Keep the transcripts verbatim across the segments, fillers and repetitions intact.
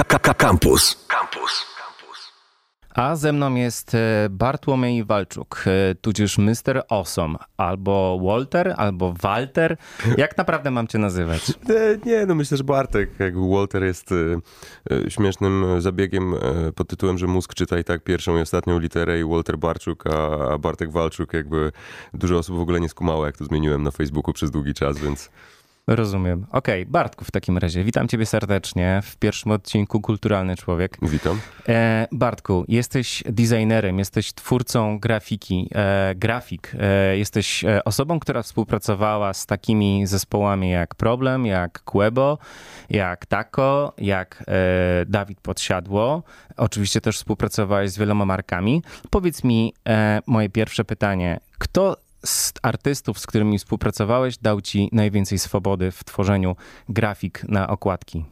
Campus. Campus. A ze mną jest Bartłomiej Walczuk, tudzież mister Awesome, albo Walter, albo Walter. Jak naprawdę mam cię nazywać? Nie, no myślę, że Bartek. Jakby Walter jest śmiesznym zabiegiem pod tytułem, że mózg czyta i tak pierwszą i ostatnią literę i Walter Barczuk, a Bartek Walczuk. Jakby dużo osób w ogóle nie skumało, jak to zmieniłem na Facebooku przez długi czas, więc... Rozumiem. Okej, okay, Bartku w takim razie. Witam ciebie serdecznie w pierwszym odcinku Kulturalny Człowiek. Witam. E, Bartku, jesteś designerem, jesteś twórcą grafiki, e, grafik. E, jesteś osobą, która współpracowała z takimi zespołami jak Problem, jak Quebo, jak Taco, jak e, Dawid Podsiadło. Oczywiście też współpracowałeś z wieloma markami. Powiedz mi e, moje pierwsze pytanie. Kto z artystów, z którymi współpracowałeś, dał ci najwięcej swobody w tworzeniu grafik na okładki?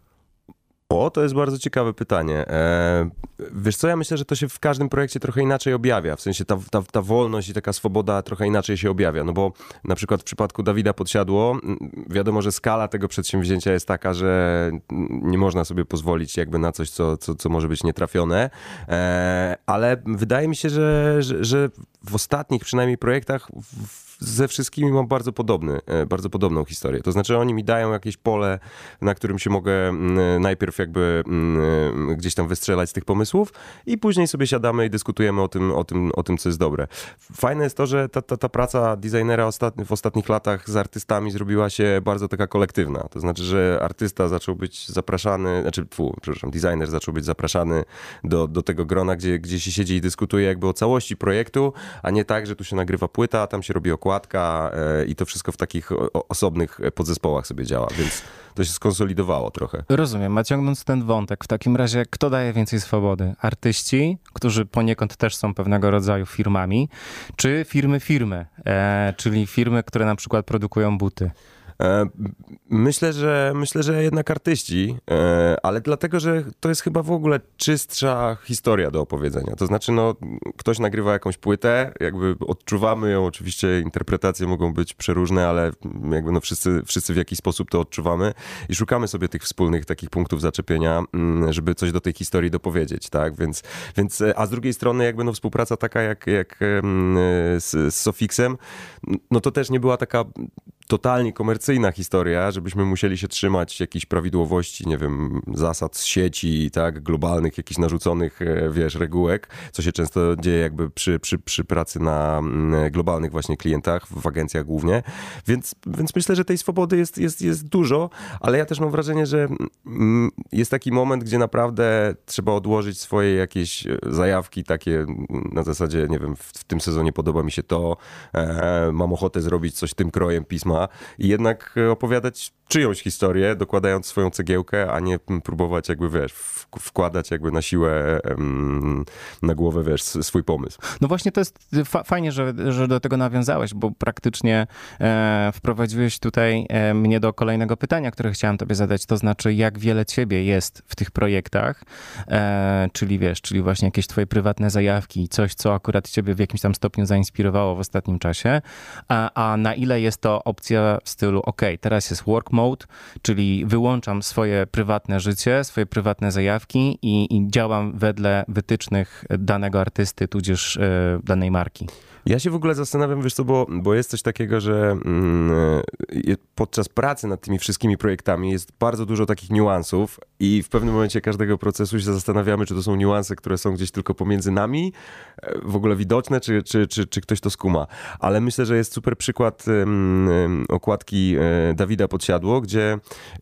O, to jest bardzo ciekawe pytanie. E, wiesz co, ja myślę, że to się w każdym projekcie trochę inaczej objawia. W sensie ta, ta, ta wolność i taka swoboda trochę inaczej się objawia. No bo na przykład w przypadku Dawida Podsiadło wiadomo, że skala tego przedsięwzięcia jest taka, że nie można sobie pozwolić jakby na coś, co, co, co może być nietrafione. E, ale wydaje mi się, że, że, że w ostatnich przynajmniej projektach w, ze wszystkimi mam bardzo podobny, bardzo podobną historię. To znaczy oni mi dają jakieś pole, na którym się mogę najpierw jakby gdzieś tam wystrzelać z tych pomysłów i później sobie siadamy i dyskutujemy o tym, o tym, o tym co jest dobre. Fajne jest to, że ta, ta, ta praca designera ostatni, w ostatnich latach z artystami zrobiła się bardzo taka kolektywna. To znaczy, że artysta zaczął być zapraszany, znaczy, fu, przepraszam, designer zaczął być zapraszany do, do tego grona, gdzie, gdzie się siedzi i dyskutuje jakby o całości projektu, a nie tak, że tu się nagrywa płyta, a tam się robi okładka i to wszystko w takich osobnych podzespołach sobie działa, więc to się skonsolidowało trochę. Rozumiem, a ciągnąc ten wątek, w takim razie kto daje więcej swobody? Artyści, którzy poniekąd też są pewnego rodzaju firmami, czy firmy firmy, e, czyli firmy, które na przykład produkują buty? Myślę, że myślę, że jednak artyści, ale dlatego, że to jest chyba w ogóle czystsza historia do opowiedzenia. To znaczy, no, ktoś nagrywa jakąś płytę, jakby odczuwamy ją, oczywiście interpretacje mogą być przeróżne, ale jakby no wszyscy, wszyscy w jakiś sposób to odczuwamy i szukamy sobie tych wspólnych takich punktów zaczepienia, żeby coś do tej historii dopowiedzieć, tak? Więc, więc a z drugiej strony jakby no współpraca taka jak, jak z, z Sofixem, no to też nie była taka totalnie komercyjna historia, żebyśmy musieli się trzymać jakichś prawidłowości, nie wiem, zasad z sieci, tak, globalnych, jakichś narzuconych, wiesz, regułek, co się często dzieje jakby przy, przy, przy pracy na globalnych właśnie klientach, w agencjach głównie. Więc, więc myślę, że tej swobody jest, jest, jest dużo, ale ja też mam wrażenie, że jest taki moment, gdzie naprawdę trzeba odłożyć swoje jakieś zajawki takie na zasadzie, nie wiem, w, w tym sezonie podoba mi się to, e, mam ochotę zrobić coś tym krojem pisma, i jednak opowiadać czyjąś historię, dokładając swoją cegiełkę, a nie próbować jakby, wiesz, wkładać jakby na siłę um, na głowę, wiesz, swój pomysł. No właśnie to jest fa- fajnie, że, że do tego nawiązałeś, bo praktycznie e, wprowadziłeś tutaj e, mnie do kolejnego pytania, które chciałem tobie zadać, to znaczy jak wiele ciebie jest w tych projektach, e, czyli wiesz, czyli właśnie jakieś twoje prywatne zajawki, coś, co akurat ciebie w jakimś tam stopniu zainspirowało w ostatnim czasie, a, a na ile jest to opcja w stylu, ok, teraz jest work mode, czyli wyłączam swoje prywatne życie, swoje prywatne zajawki i, i działam wedle wytycznych danego artysty, tudzież y, danej marki. Ja się w ogóle zastanawiam, wiesz co, bo, bo jest coś takiego, że mm, podczas pracy nad tymi wszystkimi projektami jest bardzo dużo takich niuansów i w pewnym momencie każdego procesu się zastanawiamy, czy to są niuanse, które są gdzieś tylko pomiędzy nami, w ogóle widoczne, czy, czy, czy, czy ktoś to skuma. Ale myślę, że jest super przykład um, okładki Dawida Podsiadło, gdzie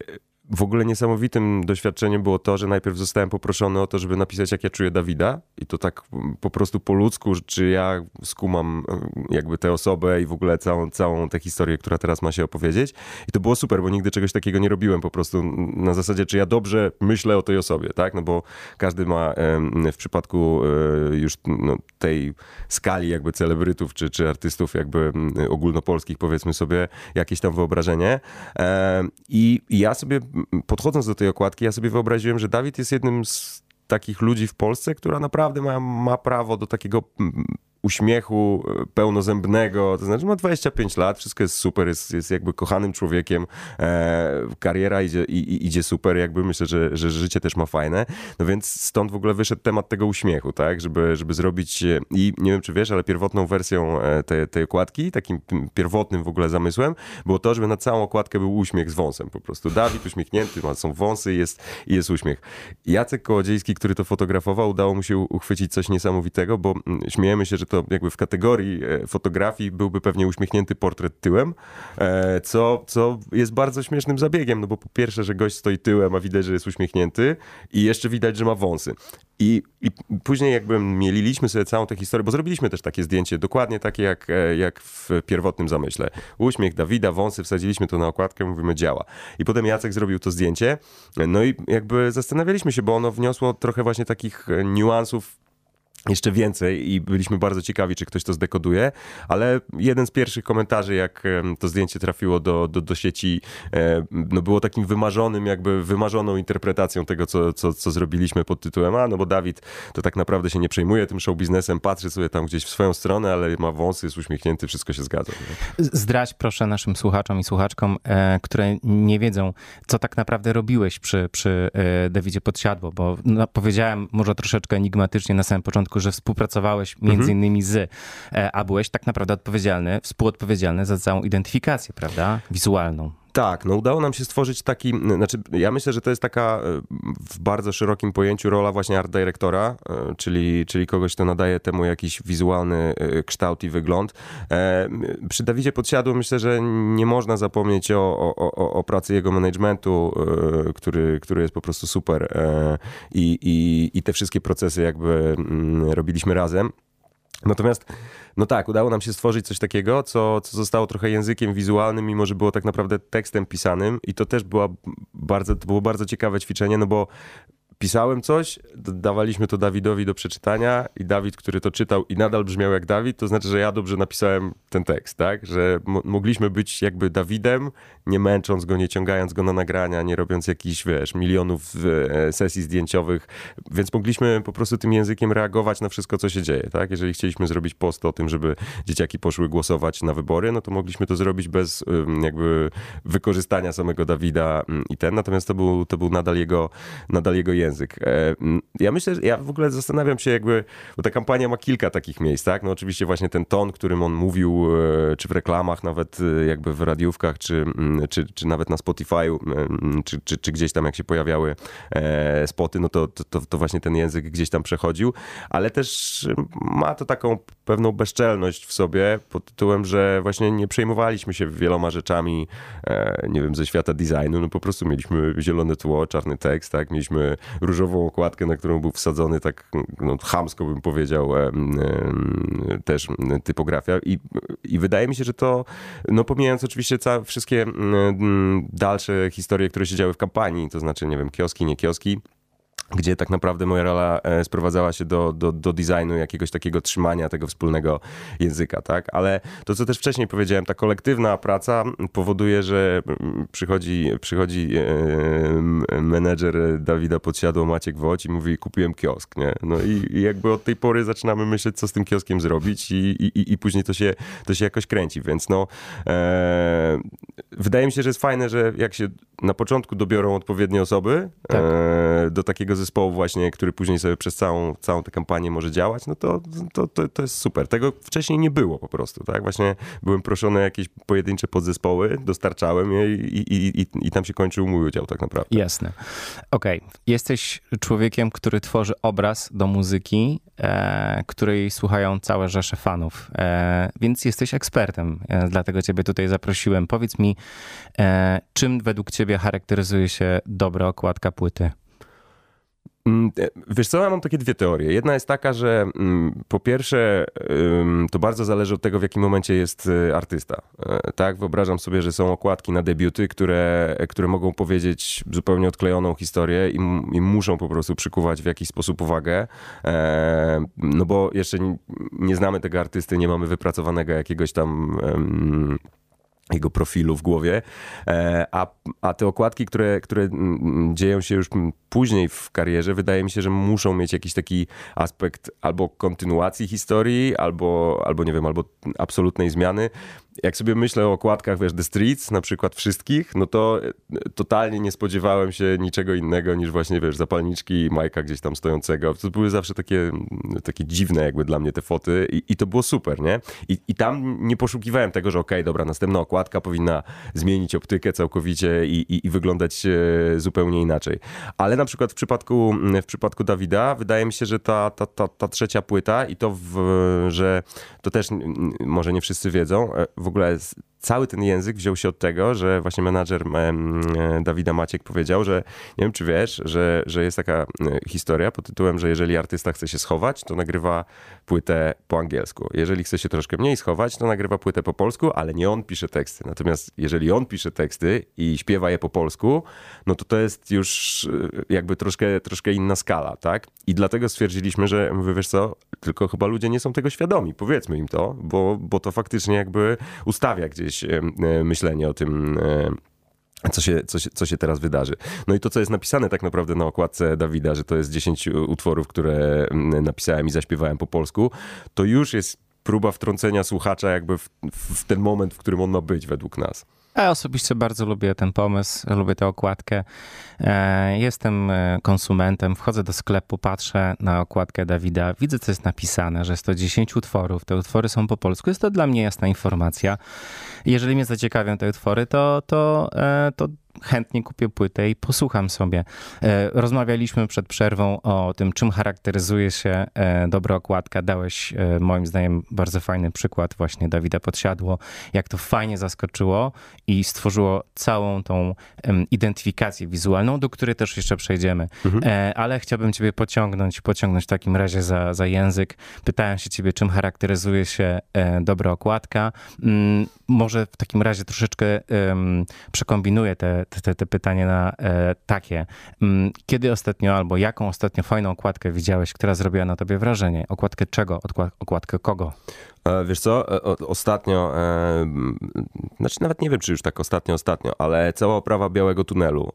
w ogóle niesamowitym doświadczeniem było to, że najpierw zostałem poproszony o to, żeby napisać, jak ja czuję Dawida i to tak po prostu po ludzku, czy ja skumam jakby tę osobę i w ogóle całą, całą tę historię, która teraz ma się opowiedzieć. I to było super, bo nigdy czegoś takiego nie robiłem po prostu na zasadzie, czy ja dobrze myślę o tej osobie, tak? No bo każdy ma w przypadku już no, tej skali jakby celebrytów, czy, czy artystów jakby ogólnopolskich, powiedzmy sobie, jakieś tam wyobrażenie. I ja sobie podchodząc do tej okładki, ja sobie wyobraziłem, że Dawid jest jednym z takich ludzi w Polsce, która naprawdę ma, ma prawo do takiego uśmiechu pełnozębnego, to znaczy ma dwadzieścia pięć lat, wszystko jest super, jest, jest jakby kochanym człowiekiem, e, kariera idzie, i, idzie super, jakby myślę, że, że życie też ma fajne, no więc stąd w ogóle wyszedł temat tego uśmiechu, tak, żeby, żeby zrobić i nie wiem, czy wiesz, ale pierwotną wersją tej, tej okładki, takim pierwotnym w ogóle zamysłem było to, żeby na całą okładkę był uśmiech z wąsem po prostu. Dawid uśmiechnięty, ma, są wąsy i jest, i jest uśmiech. Jacek Kołodziejski, który to fotografował, udało mu się uchwycić coś niesamowitego, bo śmiejemy się, że to jakby w kategorii fotografii byłby pewnie uśmiechnięty portret tyłem, co, co jest bardzo śmiesznym zabiegiem, no bo po pierwsze, że gość stoi tyłem, a widać, że jest uśmiechnięty i jeszcze widać, że ma wąsy. I, I później jakby mieliliśmy sobie całą tę historię, bo zrobiliśmy też takie zdjęcie, dokładnie takie jak, jak w pierwotnym zamyśle. Uśmiech Dawida, wąsy, wsadziliśmy to na okładkę, mówimy działa. I potem Jacek zrobił to zdjęcie, no i jakby zastanawialiśmy się, bo ono wniosło trochę właśnie takich niuansów jeszcze więcej i byliśmy bardzo ciekawi, czy ktoś to zdekoduje, ale jeden z pierwszych komentarzy, jak to zdjęcie trafiło do, do, do sieci, no było takim wymarzonym, jakby wymarzoną interpretacją tego, co, co, co zrobiliśmy pod tytułem, a no bo Dawid to tak naprawdę się nie przejmuje tym show biznesem, patrzy sobie tam gdzieś w swoją stronę, ale ma wąsy, jest uśmiechnięty, wszystko się zgadza. Nie? Zdradź proszę naszym słuchaczom i słuchaczkom, e, które nie wiedzą, co tak naprawdę robiłeś przy, przy e, Dawidzie Podsiadło, bo no, powiedziałem może troszeczkę enigmatycznie na samym początku, że współpracowałeś między innymi z, a byłeś tak naprawdę odpowiedzialny, współodpowiedzialny za całą identyfikację, prawda, wizualną. Tak, no udało nam się stworzyć taki, znaczy ja myślę, że to jest taka w bardzo szerokim pojęciu rola właśnie art dyrektora, czyli, czyli kogoś, kto nadaje temu jakiś wizualny kształt i wygląd. Przy Dawidzie Podsiadło myślę, że nie można zapomnieć o, o, o pracy jego managementu, który, który jest po prostu super i, i, i te wszystkie procesy jakby robiliśmy razem. Natomiast, no tak, udało nam się stworzyć coś takiego, co, co zostało trochę językiem wizualnym, mimo że było tak naprawdę tekstem pisanym i to też była bardzo, to było bardzo ciekawe ćwiczenie, no bo pisałem coś, dawaliśmy to Dawidowi do przeczytania i Dawid, który to czytał i nadal brzmiał jak Dawid, to znaczy, że ja dobrze napisałem ten tekst, tak? Że mo- mogliśmy być jakby Dawidem, nie męcząc go, nie ciągając go na nagrania, nie robiąc jakichś, wiesz, milionów e, sesji zdjęciowych, więc mogliśmy po prostu tym językiem reagować na wszystko, co się dzieje, tak? Jeżeli chcieliśmy zrobić post o tym, żeby dzieciaki poszły głosować na wybory, no to mogliśmy to zrobić bez um, jakby wykorzystania samego Dawida um, i ten, natomiast to był, to był nadal jego, nadal jego język. Język. Ja myślę, że ja w ogóle zastanawiam się jakby, bo ta kampania ma kilka takich miejsc, tak? No oczywiście właśnie ten ton, którym on mówił, czy w reklamach, nawet jakby w radiówkach, czy, czy, czy nawet na Spotify'u, czy, czy, czy gdzieś tam jak się pojawiały spoty, no to, to, to właśnie ten język gdzieś tam przechodził, ale też ma to taką pewną bezczelność w sobie pod tytułem, że właśnie nie przejmowaliśmy się wieloma rzeczami, nie wiem, ze świata designu, no po prostu mieliśmy zielone tło, czarny tekst, tak? Mieliśmy różową okładkę, na którą był wsadzony tak no, chamsko bym powiedział e, e, też typografia I, i wydaje mi się, że to no pomijając oczywiście całe, wszystkie e, dalsze historie, które się działy w kampanii, to znaczy nie wiem, kioski, nie kioski, gdzie tak naprawdę moja rola sprowadzała się do, do, do designu, jakiegoś takiego trzymania tego wspólnego języka, tak? Ale to, co też wcześniej powiedziałem, ta kolektywna praca powoduje, że przychodzi, przychodzi e, menedżer Dawida Podsiadło, Maciek Woć i mówi, kupiłem kiosk, nie? No i, i jakby od tej pory zaczynamy myśleć, co z tym kioskiem zrobić i, i, i później to się, to się jakoś kręci, więc no e, wydaje mi się, że jest fajne, że jak się na początku dobiorą odpowiednie osoby tak. e, do takiego zespołu właśnie, który później sobie przez całą, całą tę kampanię może działać, no to, to, to, to jest super. Tego wcześniej nie było po prostu, tak? Właśnie byłem proszony o jakieś pojedyncze podzespoły, dostarczałem je i, i, i, i tam się kończył mój udział tak naprawdę. Jasne. Okej. Okay. Jesteś człowiekiem, który tworzy obraz do muzyki, e, której słuchają całe rzesze fanów, e, więc jesteś ekspertem, e, dlatego ciebie tutaj zaprosiłem. Powiedz mi, e, czym według ciebie charakteryzuje się dobra okładka płyty? Wiesz co, ja mam takie dwie teorie. Jedna jest taka, że po pierwsze to bardzo zależy od tego, w jakim momencie jest artysta. Tak, wyobrażam sobie, że są okładki na debiuty, które, które mogą powiedzieć zupełnie odklejoną historię i, i muszą po prostu przykuwać w jakiś sposób uwagę. No bo jeszcze nie, nie znamy tego artysty, nie mamy wypracowanego jakiegoś tam jego profilu w głowie, a, a te okładki, które, które dzieją się już później w karierze, wydaje mi się, że muszą mieć jakiś taki aspekt albo kontynuacji historii, albo, albo nie wiem, albo absolutnej zmiany. Jak sobie myślę o okładkach, wiesz, The Streets, na przykład wszystkich, no to totalnie nie spodziewałem się niczego innego niż właśnie, wiesz, zapalniczki i Majka gdzieś tam stojącego. To były zawsze takie, takie dziwne jakby dla mnie te foty i, i to było super, nie? I, i tam nie poszukiwałem tego, że okej, okay, dobra, następna okładka powinna zmienić optykę całkowicie i, i, i wyglądać zupełnie inaczej. Ale na przykład w przypadku, w przypadku Dawida wydaje mi się, że ta, ta, ta, ta trzecia płyta i to, w, że to też może nie wszyscy wiedzą, w ogóle cały ten język wziął się od tego, że właśnie menadżer Dawida Maciek powiedział, że nie wiem, czy wiesz, że, że jest taka historia pod tytułem, że jeżeli artysta chce się schować, to nagrywa płytę po angielsku. Jeżeli chce się troszkę mniej schować, to nagrywa płytę po polsku, ale nie on pisze teksty. Natomiast jeżeli on pisze teksty i śpiewa je po polsku, no to to jest już jakby troszkę, troszkę inna skala, tak? I dlatego stwierdziliśmy, że mówię, wiesz co, tylko chyba ludzie nie są tego świadomi. Powiedzmy im to, bo, bo to faktycznie jakby ustawia gdzieś myślenie o tym, co się, co, się, co się teraz wydarzy. No i to, co jest napisane tak naprawdę na okładce Dawida, że to jest dziesięć utworów, które napisałem i zaśpiewałem po polsku, to już jest próba wtrącenia słuchacza jakby w, w ten moment, w którym on ma być według nas. Ja osobiście bardzo lubię ten pomysł, lubię tę okładkę. Jestem konsumentem, wchodzę do sklepu, patrzę na okładkę Dawida, widzę, co jest napisane, że jest to dziesięć utworów, te utwory są po polsku. Jest to dla mnie jasna informacja. Jeżeli mnie zaciekawią te utwory, to, to, to chętnie kupię płytę i posłucham sobie. Rozmawialiśmy przed przerwą o tym, czym charakteryzuje się dobra okładka. Dałeś moim zdaniem bardzo fajny przykład właśnie Dawida Podsiadło, jak to fajnie zaskoczyło i stworzyło całą tą identyfikację wizualną, do której też jeszcze przejdziemy. Mhm. Ale chciałbym ciebie pociągnąć, pociągnąć w takim razie za, za język. Pytałem się ciebie, czym charakteryzuje się dobra okładka. Może w takim razie troszeczkę przekombinuję te Te, te pytanie na e, takie. Kiedy ostatnio albo jaką ostatnio fajną okładkę widziałeś, która zrobiła na tobie wrażenie? Okładkę czego? Okład, okładkę kogo? E, wiesz co? O, ostatnio, e, znaczy nawet nie wiem, czy już tak ostatnio, ostatnio, ale cała oprawa Białego Tunelu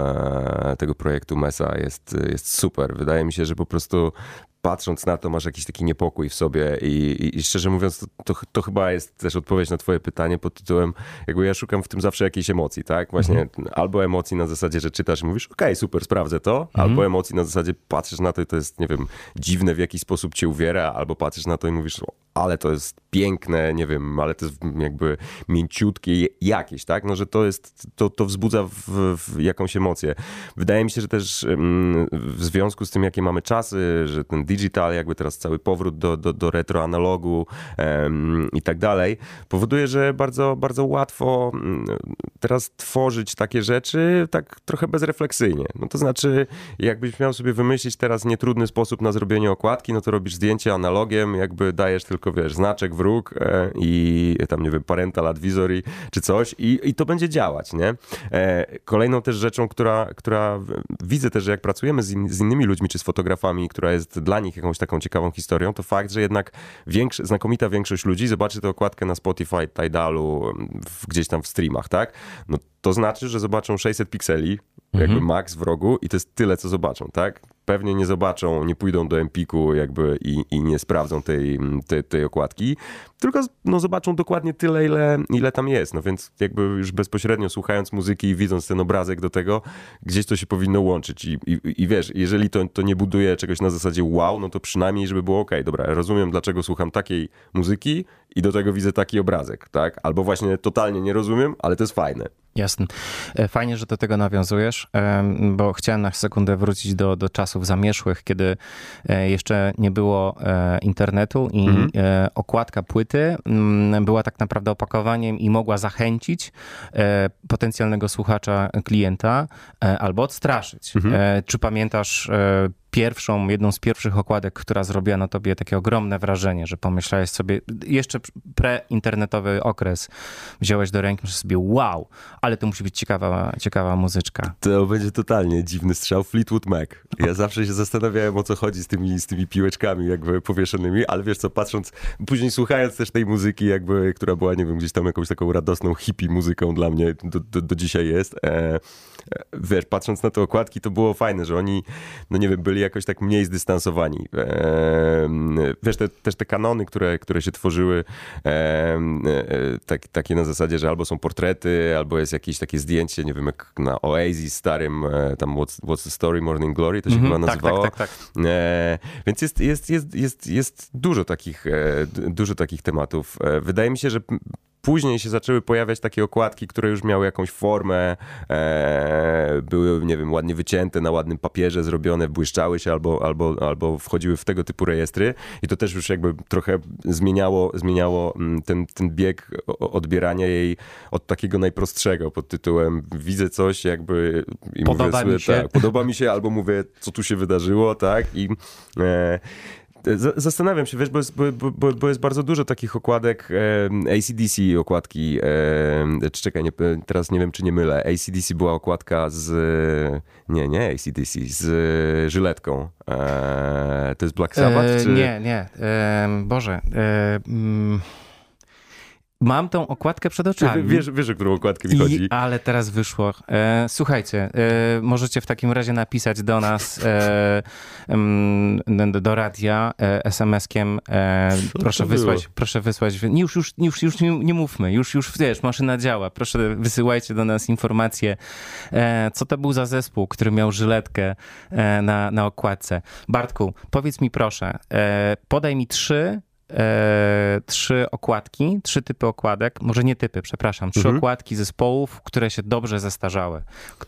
e, tego projektu Mesa jest, jest super. Wydaje mi się, że po prostu patrząc na to, masz jakiś taki niepokój w sobie i, i, i szczerze mówiąc, to, to, to chyba jest też odpowiedź na twoje pytanie pod tytułem, jakby ja szukam w tym zawsze jakiejś emocji, tak? Właśnie mhm. albo emocji na zasadzie, że czytasz i mówisz, okej, okay, super, sprawdzę to, mhm. albo emocji na zasadzie patrzysz na to i to jest, nie wiem, dziwne w jakiś sposób cię uwiera, albo patrzysz na to i mówisz, ale to jest piękne, nie wiem, ale to jest jakby mięciutkie jakieś, tak? No, że to jest, to, to wzbudza w, w jakąś emocję. Wydaje mi się, że też mm, w związku z tym, jakie mamy czasy, że ten digital, jakby teraz cały powrót do, do, do retro analogu um, i tak dalej, powoduje, że bardzo, bardzo łatwo um, teraz tworzyć takie rzeczy tak trochę bezrefleksyjnie. No to znaczy, jakbyś miał sobie wymyślić teraz nietrudny sposób na zrobienie okładki, no to robisz zdjęcie analogiem, jakby dajesz tylko, wiesz, znaczek wróg e, i tam, nie wiem, parental advisory czy coś i, i to będzie działać, nie? E, kolejną też rzeczą, która, która widzę też, że jak pracujemy z, in, z innymi ludźmi czy z fotografami, która jest dla nich jakąś taką ciekawą historią, to fakt, że jednak większy, znakomita większość ludzi zobaczy tę okładkę na Spotify, Tidalu, w, gdzieś tam w streamach, tak? No to znaczy, że zobaczą sześćset pikseli, jakby mhm. max w rogu i to jest tyle, co zobaczą, tak? Pewnie nie zobaczą, nie pójdą do Empiku jakby i, i nie sprawdzą tej, tej, tej okładki, tylko no, zobaczą dokładnie tyle, ile, ile tam jest. No więc jakby już bezpośrednio słuchając muzyki i widząc ten obrazek do tego, gdzieś to się powinno łączyć. I, i, i wiesz, jeżeli to, to nie buduje czegoś na zasadzie wow, no to przynajmniej, żeby było okej, okay, dobra, rozumiem, dlaczego słucham takiej muzyki i do tego widzę taki obrazek, tak? Albo właśnie totalnie nie rozumiem, ale to jest fajne. Jasne. Fajnie, że do tego nawiązujesz, bo chciałem na sekundę wrócić do, do czasów zamierzchłych, kiedy jeszcze nie było internetu i mhm. okładka płyty była tak naprawdę opakowaniem i mogła zachęcić potencjalnego słuchacza, klienta albo odstraszyć. Mhm. Czy pamiętasz pierwszą, jedną z pierwszych okładek, która zrobiła na tobie takie ogromne wrażenie, że pomyślałeś sobie, jeszcze preinternetowy okres wziąłeś do ręki, myślałeś sobie wow, ale to musi być ciekawa, ciekawa muzyczka. To będzie totalnie dziwny strzał. Fleetwood Mac. Ja zawsze się zastanawiałem, o co chodzi z tymi, z tymi piłeczkami jakby powieszonymi, ale wiesz co, patrząc, później słuchając też tej muzyki jakby, która była, nie wiem, gdzieś tam jakąś taką radosną hippie muzyką dla mnie, do, do, do dzisiaj jest. E, wiesz, patrząc na te okładki, to było fajne, że oni, no nie wiem, byli jakoś tak mniej zdystansowani. E, wiesz, te, też te kanony, które, które się tworzyły, e, e, tak, takie na zasadzie, że albo są portrety, albo jest jakieś takie zdjęcie, nie wiem, jak na Oasis starym, e, tam What's, What's the Story, Morning Glory, to się mm-hmm, chyba nazywało. Tak, tak, tak, tak. E, więc jest, jest, jest, jest, jest dużo takich, e, dużo takich tematów. E, wydaje mi się, że później się zaczęły pojawiać takie okładki, które już miały jakąś formę, e, były, nie wiem, ładnie wycięte, na ładnym papierze zrobione, błyszczały się albo, albo, albo wchodziły w tego typu rejestry i to też już jakby trochę zmieniało, zmieniało ten, ten bieg odbierania jej od takiego najprostszego pod tytułem widzę coś jakby i podoba mówię, mi się. Tak, podoba mi się albo mówię, co tu się wydarzyło, tak, i e, zastanawiam się, wiesz, bo jest, bo, bo, bo jest bardzo dużo takich okładek, e, A C D C okładki, e, czekaj, nie, teraz nie wiem, czy nie mylę, A C D C była okładka z, nie, nie A C D C, z żyletką. E, to jest Black Sabbath? E, czy... Nie, nie, e, Boże, e, mm. Mam tą okładkę przed oczami. Wiesz, wiesz o którą okładkę mi chodzi. I, ale teraz wyszło. E, słuchajcie, e, możecie w takim razie napisać do nas, e, m, do radia e, es em eskiem. E, proszę wysłać, proszę wysłać. Nie, już, już, już, już nie, nie mówmy, już, już wiesz, maszyna działa. Proszę wysyłajcie do nas informacje, e, co to był za zespół, który miał żyletkę e, na, na okładce. Bartku, powiedz mi proszę, e, podaj mi trzy E, trzy okładki, trzy typy okładek, może nie typy, przepraszam, trzy mhm. okładki zespołów, które się dobrze zestarzały.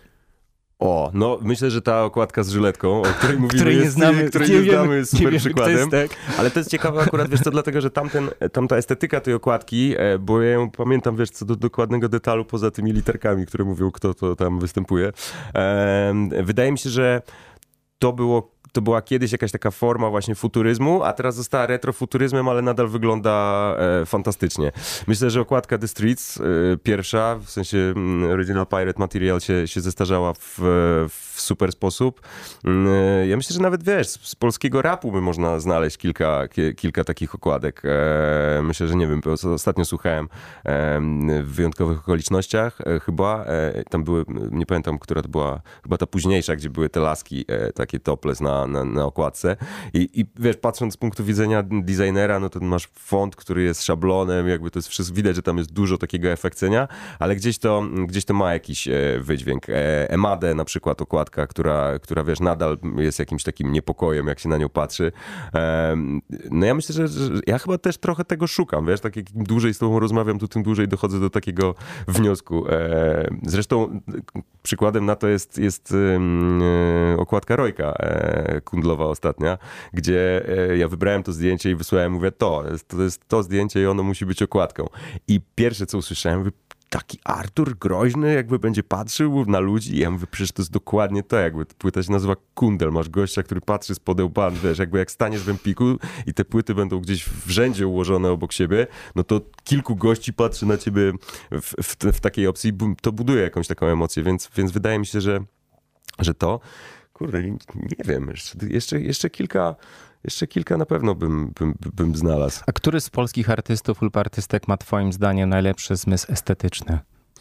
O, no myślę, że ta okładka z żyletką, o której mówimy, której jest, nie znamy, której nie nie wiemy, znamy, jest super wiemy, przykładem. jest, tak? Ale to jest ciekawe akurat, wiesz co, dlatego, że tamten, tamta estetyka tej okładki, bo ja ją pamiętam, wiesz, co do dokładnego detalu, poza tymi literkami, które mówią, kto to tam występuje. Wydaje mi się, że to było To była kiedyś jakaś taka forma właśnie futuryzmu, a teraz została retrofuturyzmem, ale nadal wygląda e, fantastycznie. Myślę, że okładka The Streets, e, pierwsza, w sensie m, Original Pirate Material się, się zestarzała w, w super sposób. E, ja myślę, że nawet wiesz, z, z polskiego rapu by można znaleźć kilka, ki, kilka takich okładek. E, myślę, że nie wiem, ostatnio słuchałem e, w wyjątkowych okolicznościach e, chyba, e, tam były, nie pamiętam, która to była, chyba ta późniejsza, gdzie były te laski e, takie topless na Na, na okładce. I, I wiesz, patrząc z punktu widzenia designera, no to masz font, który jest szablonem, jakby to jest wszystko, widać, że tam jest dużo takiego efekcenia, ale gdzieś to, gdzieś to ma jakiś e, wydźwięk. E, Emade na przykład okładka, która, która wiesz, nadal jest jakimś takim niepokojem, jak się na nią patrzy. E, no ja myślę, że, że ja chyba też trochę tego szukam, wiesz, tak jak im dłużej z tobą rozmawiam, to tym dłużej dochodzę do takiego wniosku. E, zresztą przykładem na to jest, jest e, okładka Rojka, e, Kundlowa ostatnia, gdzie ja wybrałem to zdjęcie i wysłałem, mówię, to jest, to jest to zdjęcie i ono musi być okładką. I pierwsze, co usłyszałem, mówię, taki Artur groźny jakby będzie patrzył na ludzi i ja mówię, przecież to jest dokładnie to, jakby płyta się nazywa Kundel, masz gościa, który patrzy z podełban, wiesz, jakby jak staniesz w Empiku i te płyty będą gdzieś w rzędzie ułożone obok siebie, no to kilku gości patrzy na ciebie w, w, w takiej opcji, to buduje jakąś taką emocję, więc, więc wydaje mi się, że, że to Kurde, nie, nie wiem, jeszcze, jeszcze, jeszcze kilka, jeszcze kilka na pewno bym, bym, bym znalazł. A który z polskich artystów lub artystek ma twoim zdaniem najlepszy zmysł estetyczny?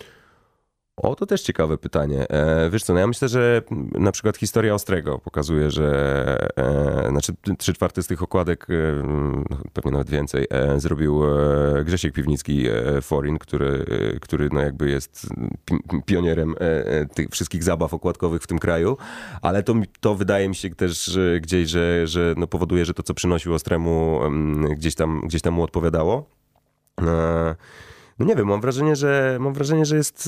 O, to też ciekawe pytanie. E, wiesz co, no ja myślę, że na przykład historia Ostrego pokazuje, że e, znaczy trzy czwarte z tych okładek, e, pewnie nawet więcej, e, zrobił e, Grzesiek Piwnicki, e, Forin, który, e, który no jakby jest pi, pionierem e, tych wszystkich zabaw okładkowych w tym kraju, ale to, to wydaje mi się też że gdzieś, że, że no powoduje, że to, co przynosił Ostremu, e, gdzieś tam, gdzieś tam mu odpowiadało. E, No nie wiem, mam wrażenie, że mam wrażenie, że jest...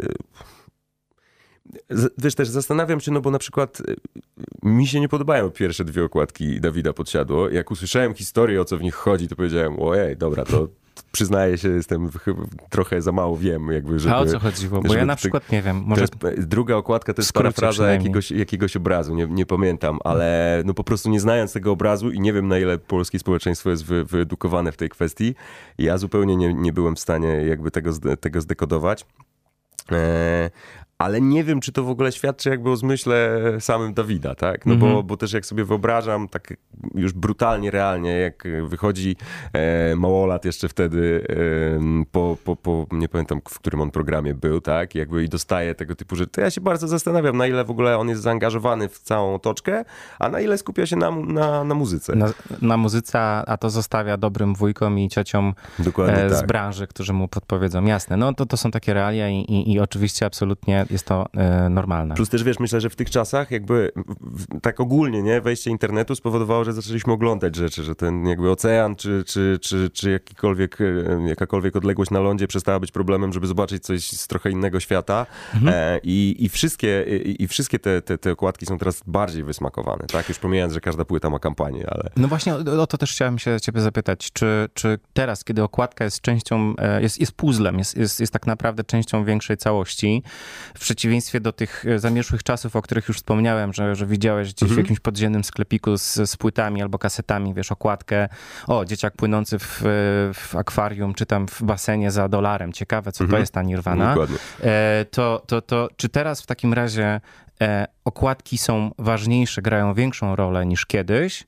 Wiesz, też zastanawiam się, no bo na przykład mi się nie podobają pierwsze dwie okładki Dawida Podsiadło. Jak usłyszałem historię, o co w nich chodzi, to powiedziałem, ojej, dobra, to, przyznaję się, jestem chyba trochę za mało wiem, jakby, żeby... A o co chodziło? Bo ja na przykład nie wiem. Może... To jest, druga okładka to jest parafraza jakiegoś, jakiegoś obrazu, nie, nie pamiętam, ale no po prostu nie znając tego obrazu i nie wiem, na ile polskie społeczeństwo jest wy, wyedukowane w tej kwestii, ja zupełnie nie, nie byłem w stanie jakby tego, tego zdekodować. E, ale nie wiem, czy to w ogóle świadczy jakby o zmyśle samym Dawida, tak? No mm-hmm. bo, bo też jak sobie wyobrażam, tak już brutalnie, realnie, jak wychodzi e, małolat jeszcze wtedy e, po, po, po, nie pamiętam, w którym on programie był, tak? Jakby i dostaje tego typu rzeczy, to ja się bardzo zastanawiam, na ile w ogóle on jest zaangażowany w całą otoczkę, a na ile skupia się na, na, na muzyce. Na, na muzyce, a to zostawia dobrym wujkom i ciociom e, z tak. branży, którzy mu podpowiedzą. Jasne, no to, to są takie realia i, i, i oczywiście absolutnie jest to e, normalne. Plus też wiesz, myślę, że w tych czasach jakby w, tak ogólnie, nie, wejście internetu spowodowało, że zaczęliśmy oglądać rzeczy, że ten jakby ocean, czy, czy, czy, czy jakikolwiek, jakakolwiek odległość na lądzie przestała być problemem, żeby zobaczyć coś z trochę innego świata. Mhm. E, i, i wszystkie, i, i wszystkie te, te, te okładki są teraz bardziej wysmakowane, tak? Już pomijając, że każda płyta ma kampanię, ale... No właśnie o, o to też chciałem się ciebie zapytać, czy, czy teraz, kiedy okładka jest częścią, jest, jest puzzlem, jest, jest, jest tak naprawdę częścią większej całości, w przeciwieństwie do tych zamierzchłych czasów, o których już wspomniałem, że, że widziałeś gdzieś mhm. w jakimś podziemnym sklepiku z, z płytami albo kasetami, wiesz, okładkę, o, dzieciak płynący w, w akwarium, czy tam w basenie za dolarem, ciekawe, co mhm. to jest ta Nirvana. E, to, to, to czy teraz w takim razie e, okładki są ważniejsze, grają większą rolę niż kiedyś,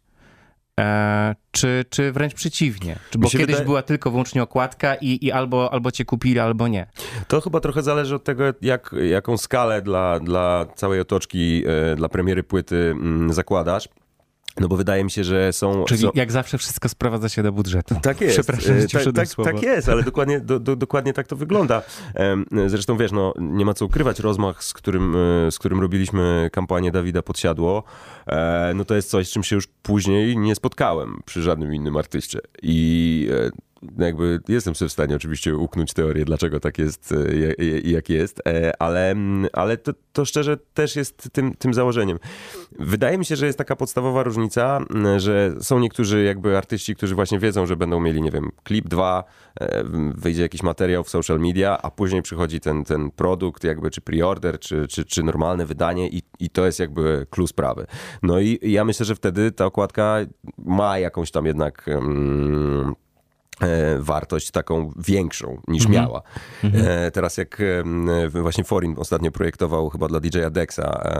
E, czy, czy wręcz przeciwnie? Czy, bo kiedyś wydaje... była tylko wyłącznie okładka i, i albo, albo cię kupili, albo nie. To chyba trochę zależy od tego, jak, jaką skalę dla, dla całej otoczki, e, dla premiery płyty m, zakładasz. No bo wydaje mi się, że są... Czyli są... jak zawsze wszystko sprowadza się do budżetu. Tak jest. Przepraszam, że ci tak, tak, słowo. Tak jest, ale dokładnie, do, do, dokładnie tak to wygląda. Zresztą wiesz, no nie ma co ukrywać, rozmach, z którym, z którym robiliśmy kampanię Dawida Podsiadło, no to jest coś, z czym się już później nie spotkałem przy żadnym innym artyście. I... jakby jestem sobie w stanie oczywiście uknąć teorię, dlaczego tak jest i jak jest, ale, ale to, to szczerze też jest tym, tym założeniem. Wydaje mi się, że jest taka podstawowa różnica, że są niektórzy jakby artyści, którzy właśnie wiedzą, że będą mieli, nie wiem, klip dwa, wyjdzie jakiś materiał w social media, a później przychodzi ten, ten produkt jakby, czy pre-order, czy, czy, czy normalne wydanie i, i to jest jakby clue sprawy. No i ja myślę, że wtedy ta okładka ma jakąś tam jednak... Um, wartość taką większą niż mm-hmm. miała. Mm-hmm. Teraz jak właśnie Forin ostatnio projektował chyba dla D J a Dexa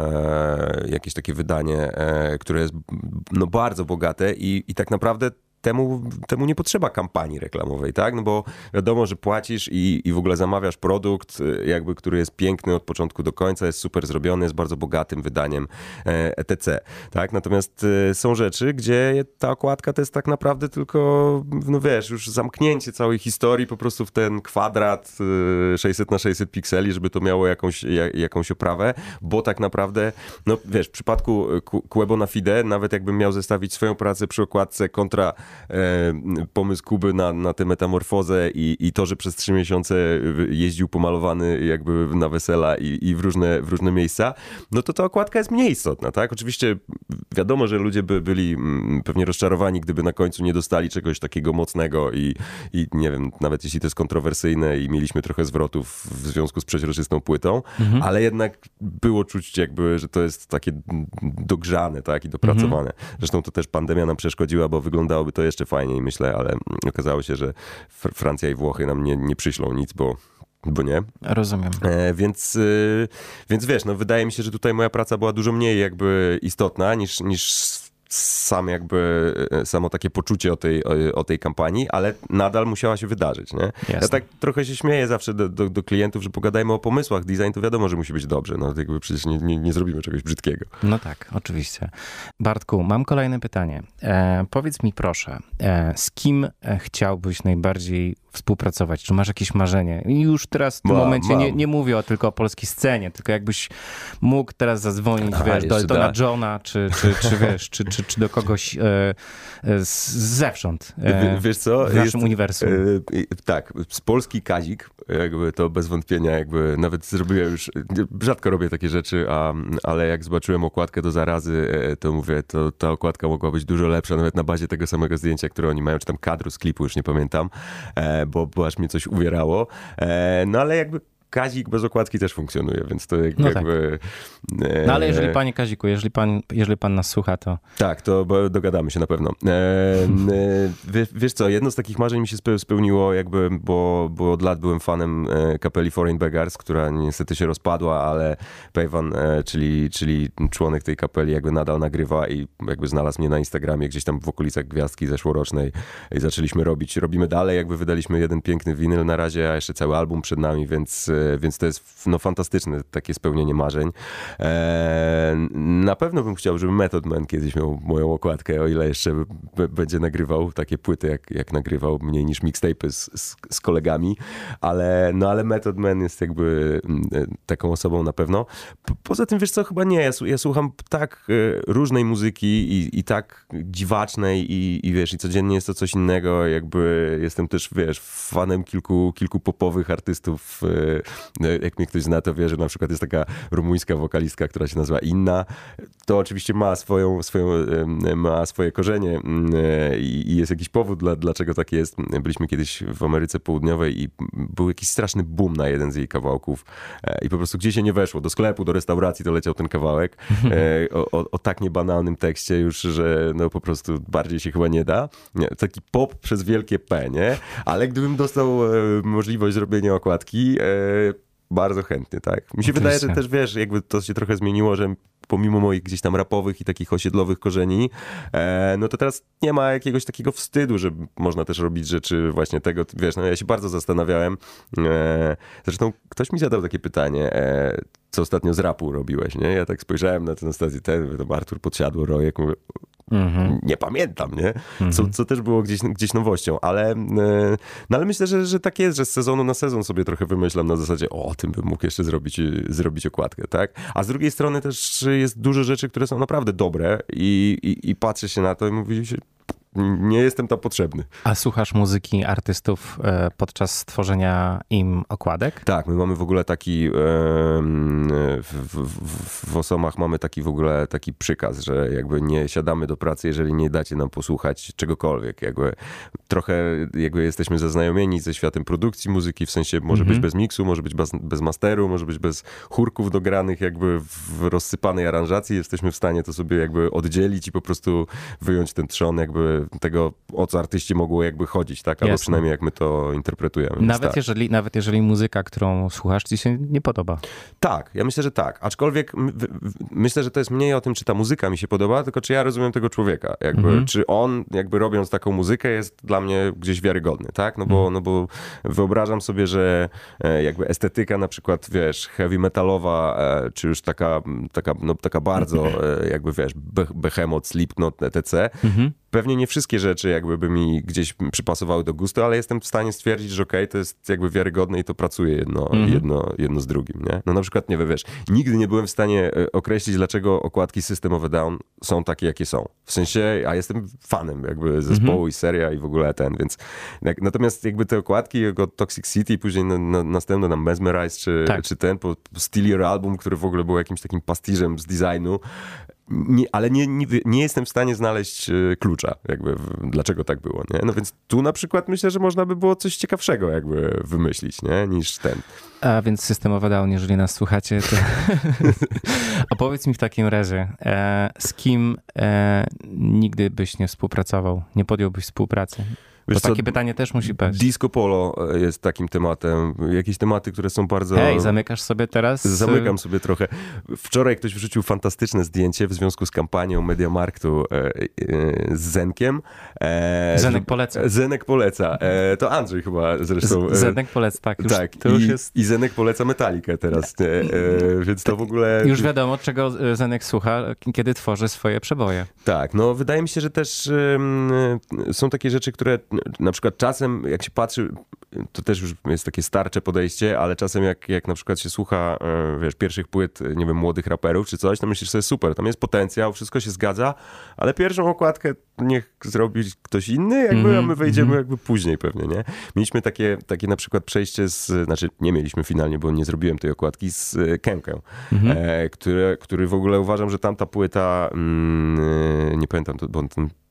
jakieś takie wydanie, które jest no bardzo bogate i, i tak naprawdę Temu, temu nie potrzeba kampanii reklamowej, tak? No bo wiadomo, że płacisz i, i w ogóle zamawiasz produkt, jakby, który jest piękny od początku do końca, jest super zrobiony, jest bardzo bogatym wydaniem et cetera. Tak? Natomiast są rzeczy, gdzie ta okładka to jest tak naprawdę tylko, no wiesz, już zamknięcie całej historii po prostu w ten kwadrat sześćset na sześćset pikseli, żeby to miało jakąś, jakąś oprawę, bo tak naprawdę, no wiesz, w przypadku Quebo na Fide, nawet jakbym miał zestawić swoją pracę przy okładce kontra pomysł Kuby na, na tę metamorfozę i, i to, że przez trzy miesiące jeździł pomalowany jakby na wesela i, i w, różne, w różne miejsca, no to ta okładka jest mniej istotna, tak? Oczywiście wiadomo, że ludzie by byli pewnie rozczarowani, gdyby na końcu nie dostali czegoś takiego mocnego i, i nie wiem, nawet jeśli to jest kontrowersyjne i mieliśmy trochę zwrotów w związku z przeźroczystą płytą, mhm. ale jednak było czuć jakby, że to jest takie dogrzane, tak? I dopracowane. Mhm. Zresztą to też pandemia nam przeszkodziła, bo wyglądałoby to jeszcze fajniej, myślę, ale okazało się, że Francja i Włochy nam nie, nie przyślą nic, bo bo nie. Rozumiem. E, więc, y, więc wiesz, no wydaje mi się, że tutaj moja praca była dużo mniej jakby istotna niż, niż sam jakby, samo takie poczucie o tej, o, o tej kampanii, ale nadal musiała się wydarzyć, nie? Jasne. Ja tak trochę się śmieję zawsze do, do, do klientów, że pogadajmy o pomysłach. Design to wiadomo, że musi być dobrze, no jakby przecież nie, nie, nie zrobimy czegoś brzydkiego. No tak, oczywiście. Bartku, mam kolejne pytanie. E, powiedz mi proszę, e, z kim chciałbyś najbardziej współpracować? Czy masz jakieś marzenie? I już teraz w tym mam, momencie nie, nie mówię o, tylko o polskiej scenie, tylko jakbyś mógł teraz zadzwonić, Aha, wiesz, do Eltona Johna, czy, czy, czy wiesz, czy, czy, czy do kogoś e, z, zewsząd e, wiesz co? w naszym jest, uniwersum. E, tak, z Polski Kazik, jakby to bez wątpienia, jakby nawet zrobiłem już, rzadko robię takie rzeczy, a, ale jak zobaczyłem okładkę do Zarazy, to mówię, to ta okładka mogła być dużo lepsza, nawet na bazie tego samego zdjęcia, które oni mają, czy tam kadru z klipu, już nie pamiętam. E, bo, bo aż mnie coś uwierało. E, no ale jakby Kazik bez okładki też funkcjonuje, więc to jakby... No tak. jakby no ale jeżeli panie Kaziku, jeżeli pan, jeżeli pan nas słucha, to... Tak, to dogadamy się na pewno. E, e, wiesz, wiesz co, jedno z takich marzeń mi się spełniło, jakby, bo, bo od lat byłem fanem kapeli Foreign Beggars, która niestety się rozpadła, ale Pejwan, czyli, czyli członek tej kapeli, jakby nadal nagrywa i jakby znalazł mnie na Instagramie gdzieś tam w okolicach Gwiazdki zeszłorocznej i zaczęliśmy robić. Robimy dalej, jakby wydaliśmy jeden piękny winyl na razie, a jeszcze cały album przed nami, więc Więc to jest no, fantastyczne takie spełnienie marzeń. Eee, na pewno bym chciał, żeby Method Man kiedyś miał moją okładkę, o ile jeszcze b- będzie nagrywał takie płyty, jak, jak nagrywał mniej niż mixtape'y z, z, z kolegami, ale, no, ale Method Man jest jakby taką osobą na pewno. Po, poza tym, wiesz co, chyba nie. Ja, ja słucham tak różnej muzyki i, i tak dziwacznej i, i wiesz, i codziennie jest to coś innego. Jakby jestem też, wiesz, fanem kilku, kilku popowych artystów. Jak mnie ktoś zna, to wie, że na przykład jest taka rumuńska wokalistka, która się nazywa Inna. To oczywiście ma, swoją, swoją, ma swoje korzenie i jest jakiś powód, dla, dlaczego tak jest. Byliśmy kiedyś w Ameryce Południowej i był jakiś straszny boom na jeden z jej kawałków i po prostu gdzieś się nie weszło. Do sklepu, do restauracji to leciał ten kawałek o, o, o tak niebanalnym tekście już, że no po prostu bardziej się chyba nie da. Taki pop przez wielkie P, nie? Ale gdybym dostał możliwość zrobienia okładki, bardzo chętnie, tak. Mi się Oczywiście. wydaje, że też wiesz, jakby to się trochę zmieniło, że pomimo moich gdzieś tam rapowych i takich osiedlowych korzeni, e, no to teraz nie ma jakiegoś takiego wstydu, że można też robić rzeczy właśnie tego, wiesz, no ja się bardzo zastanawiałem. E, zresztą ktoś mi zadał takie pytanie, e, co ostatnio z rapu robiłeś, nie? Ja tak spojrzałem na tę stację, ten, to Artur Podsiadło, Rojek, mówię, mm-hmm. nie pamiętam, nie? Co, mm-hmm. co też było gdzieś, gdzieś nowością, ale, e, no ale myślę, że, że tak jest, że z sezonu na sezon sobie trochę wymyślam na zasadzie, o, tym bym mógł jeszcze zrobić, zrobić okładkę, tak? A z drugiej strony też jest dużo rzeczy, które są naprawdę dobre i, i, i patrzę się na to i mówię się, nie jestem tam potrzebny. A słuchasz muzyki artystów podczas tworzenia im okładek? Tak, my mamy w ogóle taki, w, w, w Osomach mamy taki w ogóle taki przykaz, że jakby nie siadamy do pracy, jeżeli nie dacie nam posłuchać czegokolwiek. Jakby trochę jakby jesteśmy zaznajomieni ze światem produkcji muzyki, w sensie może mhm. być bez miksu, może być bez, bez masteru, może być bez chórków dogranych jakby w rozsypanej aranżacji. Jesteśmy w stanie to sobie jakby oddzielić i po prostu wyjąć ten trzon jakby tego, o co artyści mogło jakby chodzić, tak? Albo Jasne. Przynajmniej jak my to interpretujemy. Nawet tak. jeżeli, nawet jeżeli muzyka, którą słuchasz, ci się nie podoba. Tak, ja myślę, że tak. Aczkolwiek m- w- myślę, że to jest mniej o tym, czy ta muzyka mi się podoba, tylko czy ja rozumiem tego człowieka. Jakby, mhm. Czy on jakby robiąc taką muzykę jest dla mnie gdzieś wiarygodny, tak? No bo, mhm. no bo wyobrażam sobie, że jakby estetyka na przykład, wiesz, heavy metalowa, czy już taka, taka, no, taka bardzo jakby, wiesz, Behemoth, Slipknot, et cetera. Mhm. Pewnie nie wszystkie rzeczy jakby by mi gdzieś przypasowały do gustu, ale jestem w stanie stwierdzić, że okej, okay, to jest jakby wiarygodne i to pracuje jedno, mm-hmm. jedno, jedno z drugim, nie? No na przykład, nie wiem, wiesz, nigdy nie byłem w stanie określić, dlaczego okładki System of a Down są takie, jakie są. W sensie, a jestem fanem jakby zespołu mm-hmm. i seria i w ogóle ten, więc jak, natomiast jakby te okładki, jego Toxic City, później na, na, następne nam Mesmerize, czy, tak. czy ten, po, po Steal Your Album, który w ogóle był jakimś takim pastiżem z designu, Nie, ale nie, nie, nie jestem w stanie znaleźć klucza, jakby w, dlaczego tak było, nie? No więc tu na przykład myślę, że można by było coś ciekawszego jakby wymyślić, nie? Niż ten. A więc System of a Down, jeżeli nas słuchacie, to a powiedz mi w takim razie, e, z kim e, nigdy byś nie współpracował, nie podjąłbyś współpracy? Wiesz Bo takie co, pytanie też musi paść. Disco polo jest takim tematem. Jakieś tematy, które są bardzo... Hej, zamykasz sobie teraz? Zamykam sobie trochę. Wczoraj ktoś wrzucił fantastyczne zdjęcie w związku z kampanią Mediamarktu e, e, z Zenkiem. E, Zenek poleca. Zenek poleca. E, to Andrzej chyba zresztą. Z, Zenek poleca, tak. Już, tak. To już I, jest... I Zenek poleca Metalikę teraz. E, e, więc to w ogóle... Już wiadomo, czego Zenek słucha, kiedy tworzy swoje przeboje. Tak, no wydaje mi się, że też e, są takie rzeczy, które na przykład czasem, jak się patrzy, to też już jest takie starcze podejście, ale czasem jak, jak na przykład się słucha, wiesz, pierwszych płyt, nie wiem, młodych raperów czy coś, to myślisz sobie super, tam jest potencjał, wszystko się zgadza, ale pierwszą okładkę niech zrobi ktoś inny, jakby, mm-hmm, a my wejdziemy mm-hmm. jakby później pewnie, nie? Mieliśmy takie, takie na przykład przejście z, znaczy nie mieliśmy finalnie, bo nie zrobiłem tej okładki, z Kemkę, mm-hmm. e, który, który w ogóle uważam, że tamta płyta, mm, nie pamiętam, to, bo ten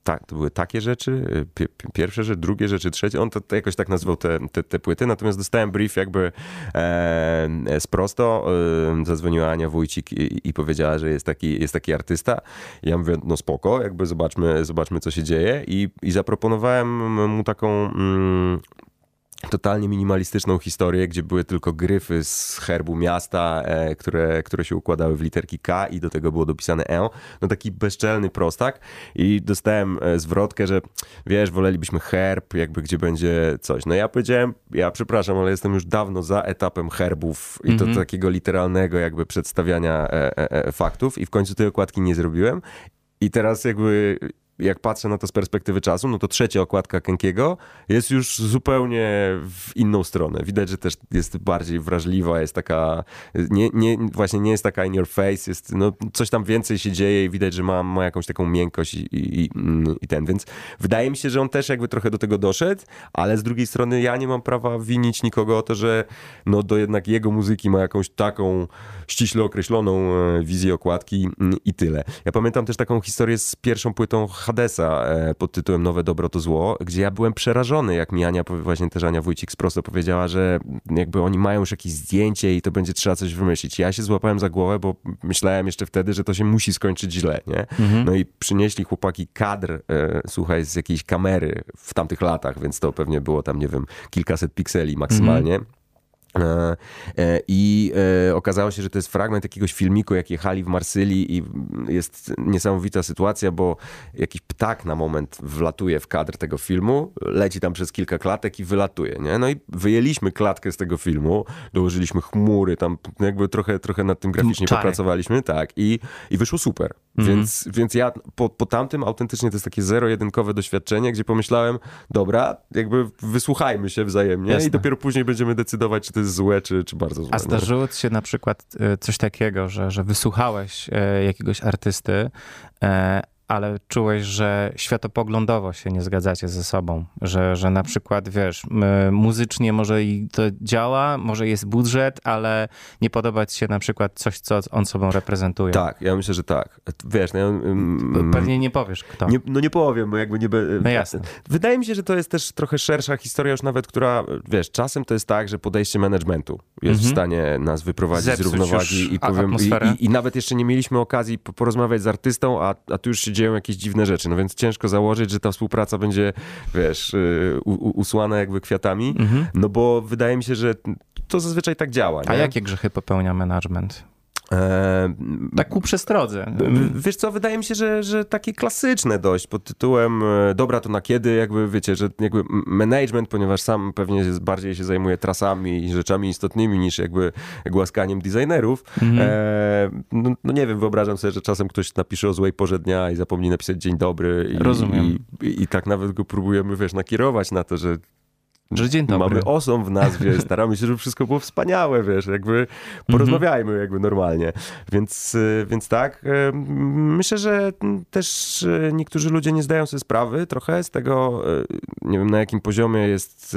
tak, to były takie rzeczy, pierwsze rzeczy, drugie rzeczy, trzecie. On to, to jakoś tak nazwał te, te, te płyty, natomiast dostałem brief jakby e, z prosto. E, zadzwoniła Ania Wójcik i, i powiedziała, że jest taki, jest taki artysta. Ja mówię, no spoko, jakby zobaczmy, zobaczmy co się dzieje i, i zaproponowałem mu taką... Mm, totalnie minimalistyczną historię, gdzie były tylko gryfy z herbu miasta, e, które, które się układały w literki K i do tego było dopisane E. No taki bezczelny prostak i dostałem e, zwrotkę, że wiesz, wolelibyśmy herb, jakby gdzie będzie coś. No ja powiedziałem, ja przepraszam, ale jestem już dawno za etapem herbów i to mm-hmm. takiego literalnego jakby przedstawiania e, e, e, faktów i w końcu tej okładki nie zrobiłem i teraz jakby... Jak patrzę na to z perspektywy czasu, no to trzecia okładka Kenkiego jest już zupełnie w inną stronę. Widać, że też jest bardziej wrażliwa, jest taka, nie, nie, właśnie nie jest taka in your face, jest, no, coś tam więcej się dzieje i widać, że ma, ma jakąś taką miękkość i, i, i ten, więc wydaje mi się, że on też jakby trochę do tego doszedł, ale z drugiej strony ja nie mam prawa winić nikogo o to, że no do jednak jego muzyki ma jakąś taką ściśle określoną wizję okładki i tyle. Ja pamiętam też taką historię z pierwszą płytą Hadesa pod tytułem Nowe Dobro to Zło, gdzie ja byłem przerażony, jak mi Ania, właśnie też Ania Wójcik z prosto powiedziała, że jakby oni mają już jakieś zdjęcie i to będzie trzeba coś wymyślić. Ja się złapałem za głowę, bo myślałem jeszcze wtedy, że to się musi skończyć źle, nie? Mhm. No i przynieśli chłopaki kadr, e, słuchaj, z jakiejś kamery w tamtych latach, więc to pewnie było tam, nie wiem, kilkaset pikseli maksymalnie. Mhm. I okazało się, że to jest fragment jakiegoś filmiku, jak jechali w Marsylii i jest niesamowita sytuacja, bo jakiś ptak na moment wlatuje w kadr tego filmu, leci tam przez kilka klatek i wylatuje, nie? No i wyjęliśmy klatkę z tego filmu, dołożyliśmy chmury, tam jakby trochę, trochę nad tym graficznie Czary. popracowaliśmy, tak, i, i wyszło super. Mhm. Więc, więc ja po, po tamtym autentycznie to jest takie zero-jedynkowe doświadczenie, gdzie pomyślałem, dobra, jakby wysłuchajmy się wzajemnie Jasne. i dopiero później będziemy decydować, czy to jest złe, czy, czy bardzo złe. A zdarzyło ci się na przykład coś takiego, że, że wysłuchałeś jakiegoś artysty, ale czułeś, że światopoglądowo się nie zgadzacie ze sobą, że, że na przykład, wiesz, muzycznie może i to działa, może jest budżet, ale nie podoba ci się na przykład coś, co on sobą reprezentuje. Tak, ja myślę, że tak. Wiesz, no, um, pewnie nie powiesz kto. Nie, no nie powiem, bo jakby nie... Be... No jasne. Wydaje mi się, że to jest też trochę szersza historia już nawet, która, wiesz, czasem to jest tak, że podejście managementu jest mm-hmm. w stanie nas wyprowadzić Zepsuć z równowagi i powiem... I, i, I nawet jeszcze nie mieliśmy okazji porozmawiać z artystą, a, a tu już się dzieją jakieś dziwne rzeczy, no więc ciężko założyć, że ta współpraca będzie, wiesz, u, u, usłana jakby kwiatami, mhm. no bo wydaje mi się, że to zazwyczaj tak działa. Nie? A jakie grzechy popełnia management? Eee, tak ku przestrodze. Wiesz co, wydaje mi się, że, że takie klasyczne dość pod tytułem dobra to na kiedy, jakby wiecie, że jakby management, ponieważ sam pewnie bardziej się zajmuje trasami i rzeczami istotnymi niż jakby głaskaniem designerów. Mhm. Eee, no, no nie wiem, wyobrażam sobie, że czasem ktoś napisze o złej porze dnia i zapomni napisać dzień dobry i, Rozumiem. I, i, i tak nawet go próbujemy, wiesz, nakierować na to, że Że dzień dobry. Mamy osą w nazwie, staramy się, żeby wszystko było wspaniałe, wiesz, jakby porozmawiajmy jakby normalnie. Więc, więc tak, myślę, że też niektórzy ludzie nie zdają sobie sprawy trochę z tego, nie wiem na jakim poziomie jest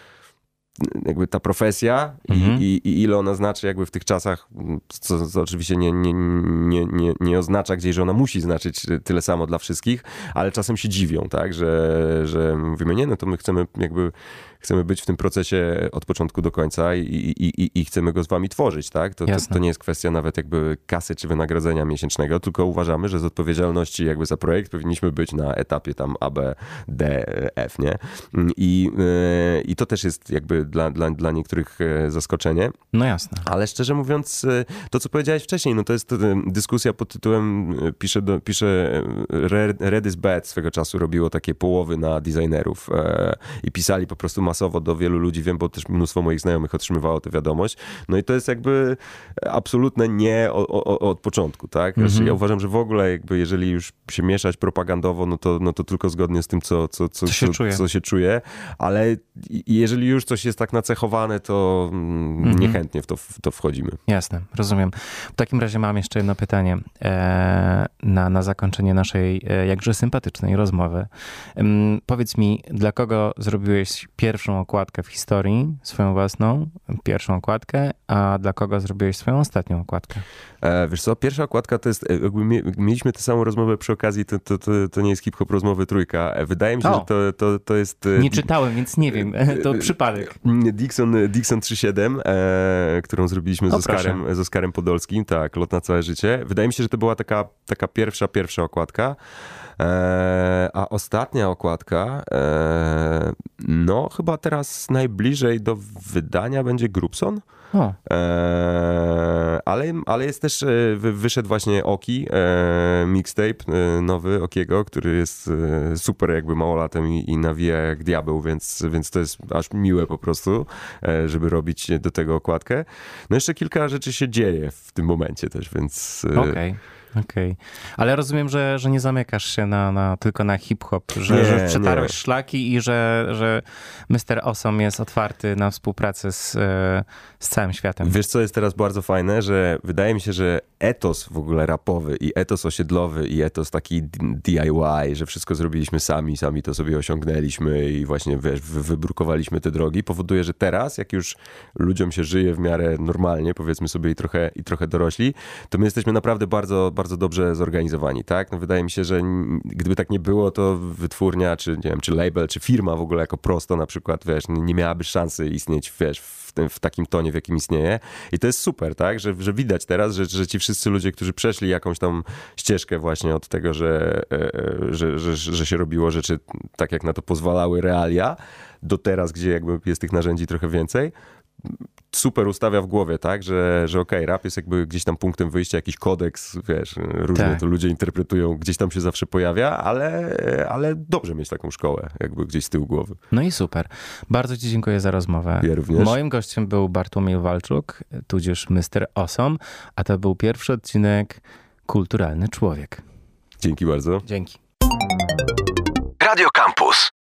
jakby ta profesja mhm. i, i, i ile ona znaczy jakby w tych czasach, co, co oczywiście nie, nie, nie, nie, nie oznacza gdzieś, że ona musi znaczyć tyle samo dla wszystkich, ale czasem się dziwią, tak, że, że mówimy, nie, no to my chcemy jakby chcemy być w tym procesie od początku do końca i, i, i, i chcemy go z wami tworzyć, tak? To, to, to nie jest kwestia nawet jakby kasy czy wynagrodzenia miesięcznego, tylko uważamy, że z odpowiedzialności jakby za projekt powinniśmy być na etapie tam A, B, D, F, nie? I, yy, i to też jest jakby dla, dla, dla niektórych zaskoczenie. No jasne. Ale szczerze mówiąc, to co powiedziałeś wcześniej, no to jest dyskusja pod tytułem, pisze, do, pisze Red is Bad swego czasu robiło takie połowy na designerów yy, i pisali po prostu masowo do wielu ludzi, wiem, bo też mnóstwo moich znajomych otrzymywało tę wiadomość. No i to jest jakby absolutne nie o, o, od początku, tak? Mm-hmm. Ja uważam, że w ogóle jakby jeżeli już się mieszać propagandowo, no to, no to tylko zgodnie z tym, co, co, co, co, się, co, czuje. co się czuje, ale jeżeli już coś jest jest tak nacechowane, to mhm. niechętnie w to, w to wchodzimy. Jasne, rozumiem. W takim razie mam jeszcze jedno pytanie e, na, na zakończenie naszej e, jakże sympatycznej rozmowy. E, powiedz mi, dla kogo zrobiłeś pierwszą okładkę w historii, swoją własną, pierwszą okładkę, a dla kogo zrobiłeś swoją ostatnią okładkę? E, wiesz co, pierwsza okładka to jest, jakby mieliśmy tę samą rozmowę przy okazji, to, to, to, to nie jest hip-hop rozmowy trójka. Wydaje mi się, o, że to, to, to jest... Nie czytałem, więc nie wiem, to przypadek. Dixon, Dixon trzy siedem, e, którą zrobiliśmy z Oskarem, z Oskarem Podolskim, tak, Lot na całe życie. Wydaje mi się, że to była taka, taka pierwsza, pierwsza okładka. E, a ostatnia okładka, e, no chyba teraz najbliżej do wydania będzie Grubson. E, ale, ale jest też, wyszedł właśnie Oki, e, mixtape e, nowy Okiego, który jest e, super jakby małolatem i, i nawija jak diabeł, więc, więc to jest aż miłe po prostu, e, żeby robić do tego okładkę. No jeszcze kilka rzeczy się dzieje w tym momencie też, więc... E, Okej. Okay. Okej, okay. Ale rozumiem, że, że nie zamykasz się na, na, tylko na hip-hop, że, nie, że przetarłeś nie. szlaki i że, że mister Awesome jest otwarty na współpracę z, z całym światem. Wiesz, co jest teraz bardzo fajne, że wydaje mi się, że etos w ogóle rapowy i etos osiedlowy i etos taki D I Y, że wszystko zrobiliśmy sami, sami to sobie osiągnęliśmy i właśnie wiesz, wybrukowaliśmy te drogi, powoduje, że teraz, jak już ludziom się żyje w miarę normalnie, powiedzmy sobie i trochę, i trochę dorośli, to my jesteśmy naprawdę bardzo bardzo dobrze zorganizowani, tak? No wydaje mi się, że gdyby tak nie było, to wytwórnia, czy nie wiem, czy label, czy firma w ogóle jako prosto na przykład, wiesz, nie miałaby szansy istnieć, wiesz, w, tym, w takim tonie, w jakim istnieje. I to jest super, tak? Że, że widać teraz, że, że ci wszyscy ludzie, którzy przeszli jakąś tam ścieżkę właśnie od tego, że, że, że, że się robiło rzeczy tak, jak na to pozwalały realia, do teraz, gdzie jakby jest tych narzędzi trochę więcej, super ustawia w głowie, tak, że, że okej, okay, rap jest jakby gdzieś tam punktem wyjścia, jakiś kodeks, wiesz, różnie tak. to ludzie interpretują, gdzieś tam się zawsze pojawia, ale, ale dobrze mieć taką szkołę, jakby gdzieś z tyłu głowy. No i super. Bardzo ci dziękuję za rozmowę. Ja również. Moim gościem był Bartłomiej Walczuk, tudzież mister Awesome, a to był pierwszy odcinek Kulturalny Człowiek. Dzięki bardzo. Dzięki. Radio Campus.